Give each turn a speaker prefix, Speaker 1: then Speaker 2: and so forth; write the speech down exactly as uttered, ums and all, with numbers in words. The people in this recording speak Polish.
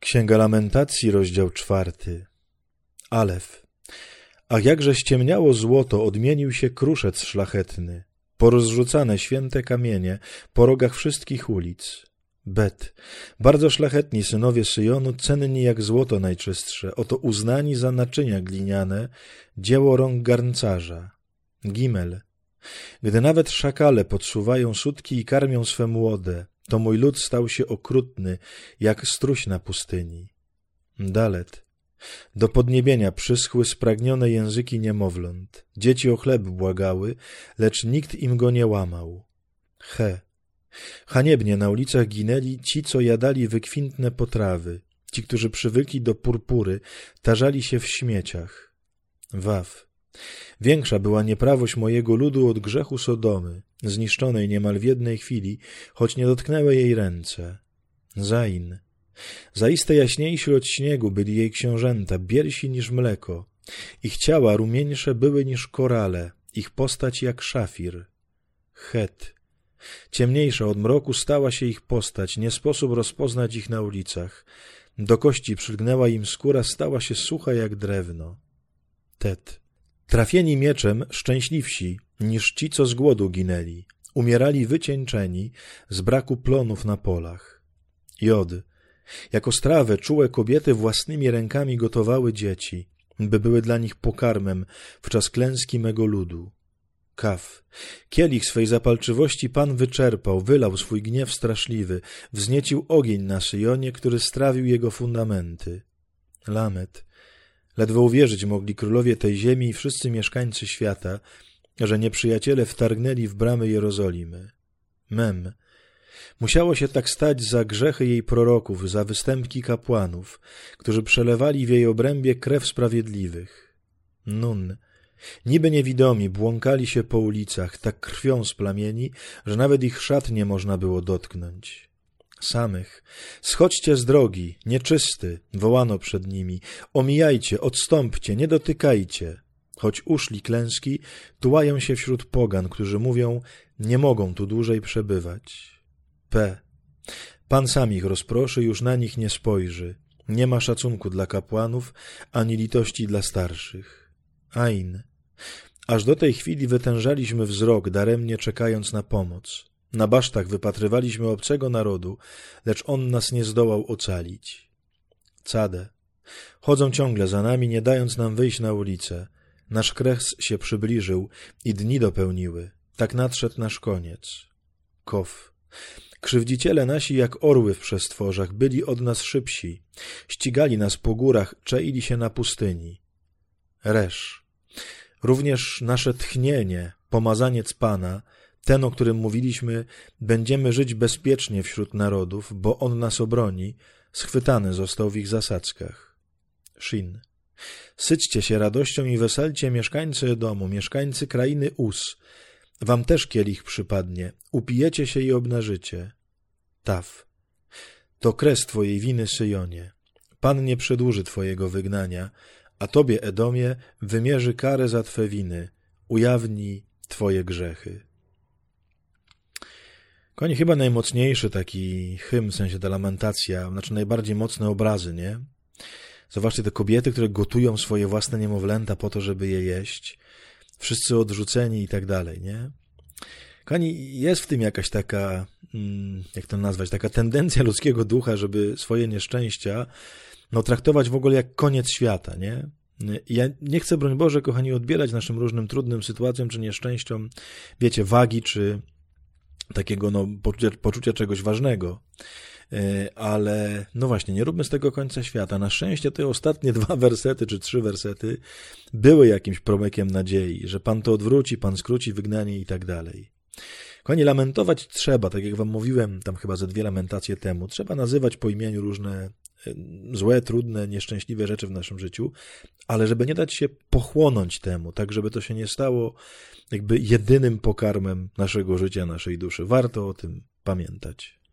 Speaker 1: Księga Lamentacji, rozdział czwarty. Alef. Ach, jakże ściemniało złoto, odmienił się kruszec szlachetny, porozrzucane święte kamienie po rogach wszystkich ulic. Bet. Bardzo szlachetni synowie Syjonu, cenni jak złoto najczystsze, oto uznani za naczynia gliniane, dzieło rąk garncarza. Gimel. Gdy nawet szakale podsuwają sutki i karmią swe młode, to mój lud stał się okrutny, jak struś na pustyni. Dalet. Do podniebienia przyschły spragnione języki niemowląt. Dzieci o chleb błagały, lecz nikt im go nie łamał. He. Haniebnie na ulicach ginęli ci, co jadali wykwintne potrawy, ci, którzy przywykli do purpury, tarzali się w śmieciach. Waw. Większa była nieprawość mojego ludu od grzechu Sodomy, zniszczonej niemal w jednej chwili, choć nie dotknęły jej ręce. Zain. Zaiste jaśniejsi od śniegu byli jej książęta, bielsi niż mleko. Ich ciała rumieńsze były niż korale, ich postać jak szafir. Het. Ciemniejsza od mroku stała się ich postać, nie sposób rozpoznać ich na ulicach. Do kości przylgnęła im skóra, stała się sucha jak drewno. Tet. Trafieni mieczem szczęśliwsi niż ci, co z głodu ginęli, umierali wycieńczeni z braku plonów na polach. Jod. Jako strawę czułe kobiety własnymi rękami gotowały dzieci, by były dla nich pokarmem w czas klęski mego ludu. Kaf. Kielich swej zapalczywości Pan wyczerpał, wylał swój gniew straszliwy, wzniecił ogień na Syjonie, który strawił jego fundamenty. Lamet. Ledwo uwierzyć mogli królowie tej ziemi i wszyscy mieszkańcy świata, że nieprzyjaciele wtargnęli w bramy Jerozolimy. Mem. Musiało się tak stać za grzechy jej proroków, za występki kapłanów, którzy przelewali w jej obrębie krew sprawiedliwych. Nun. Niby niewidomi błąkali się po ulicach, tak krwią splamieni, że nawet ich szat nie można było dotknąć. Samych. Schodźcie z drogi, nieczysty, wołano przed nimi. Omijajcie, odstąpcie, nie dotykajcie. Choć uszli klęski, tułają się wśród pogan, którzy mówią, nie mogą tu dłużej przebywać. P. Pan sam ich rozproszy, już na nich nie spojrzy. Nie ma szacunku dla kapłanów, ani litości dla starszych. Ain. Aż do tej chwili wytężaliśmy wzrok, daremnie czekając na pomoc. Na basztach wypatrywaliśmy obcego narodu, lecz on nas nie zdołał ocalić. Cade. Chodzą ciągle za nami, nie dając nam wyjść na ulicę. Nasz kres się przybliżył i dni dopełniły. Tak nadszedł nasz koniec. Kof. Krzywdziciele nasi jak orły w przestworzach byli od nas szybsi. Ścigali nas po górach, czaili się na pustyni. Resz. Również nasze tchnienie, pomazaniec Pana, ten, o którym mówiliśmy, będziemy żyć bezpiecznie wśród narodów, bo on nas obroni, schwytany został w ich zasadzkach. Shin. Syćcie się radością i weselcie mieszkańcy Edomu, mieszkańcy krainy Uz. Wam też kielich przypadnie, upijecie się i obnażycie. Taf. To kres twojej winy, Syjonie. Pan nie przedłuży twojego wygnania, a tobie, Edomie, wymierzy karę za twe winy, ujawni twoje grzechy. Koń chyba najmocniejszy taki hymn, w sensie ta lamentacja, znaczy najbardziej mocne obrazy, nie? Zobaczcie te kobiety, które gotują swoje własne niemowlęta po to, żeby je jeść. Wszyscy odrzuceni i tak dalej, nie? Kochani, jest w tym jakaś taka, jak to nazwać, taka tendencja ludzkiego ducha, żeby swoje nieszczęścia no, traktować w ogóle jak koniec świata, nie? Ja nie chcę, broń Boże, kochani, odbierać naszym różnym trudnym sytuacjom czy nieszczęściom, wiecie, wagi czy takiego no, poczucia, poczucia czegoś ważnego. Ale no właśnie, nie róbmy z tego końca świata. Na szczęście te ostatnie dwa wersety, czy trzy wersety były jakimś promykiem nadziei, że Pan to odwróci, Pan skróci wygnanie i tak dalej. Kochani, lamentować trzeba, tak jak wam mówiłem tam chyba ze dwie lamentacje temu, trzeba nazywać po imieniu różne złe, trudne, nieszczęśliwe rzeczy w naszym życiu, ale żeby nie dać się pochłonąć temu, tak żeby to się nie stało jakby jedynym pokarmem naszego życia, naszej duszy. Warto o tym pamiętać.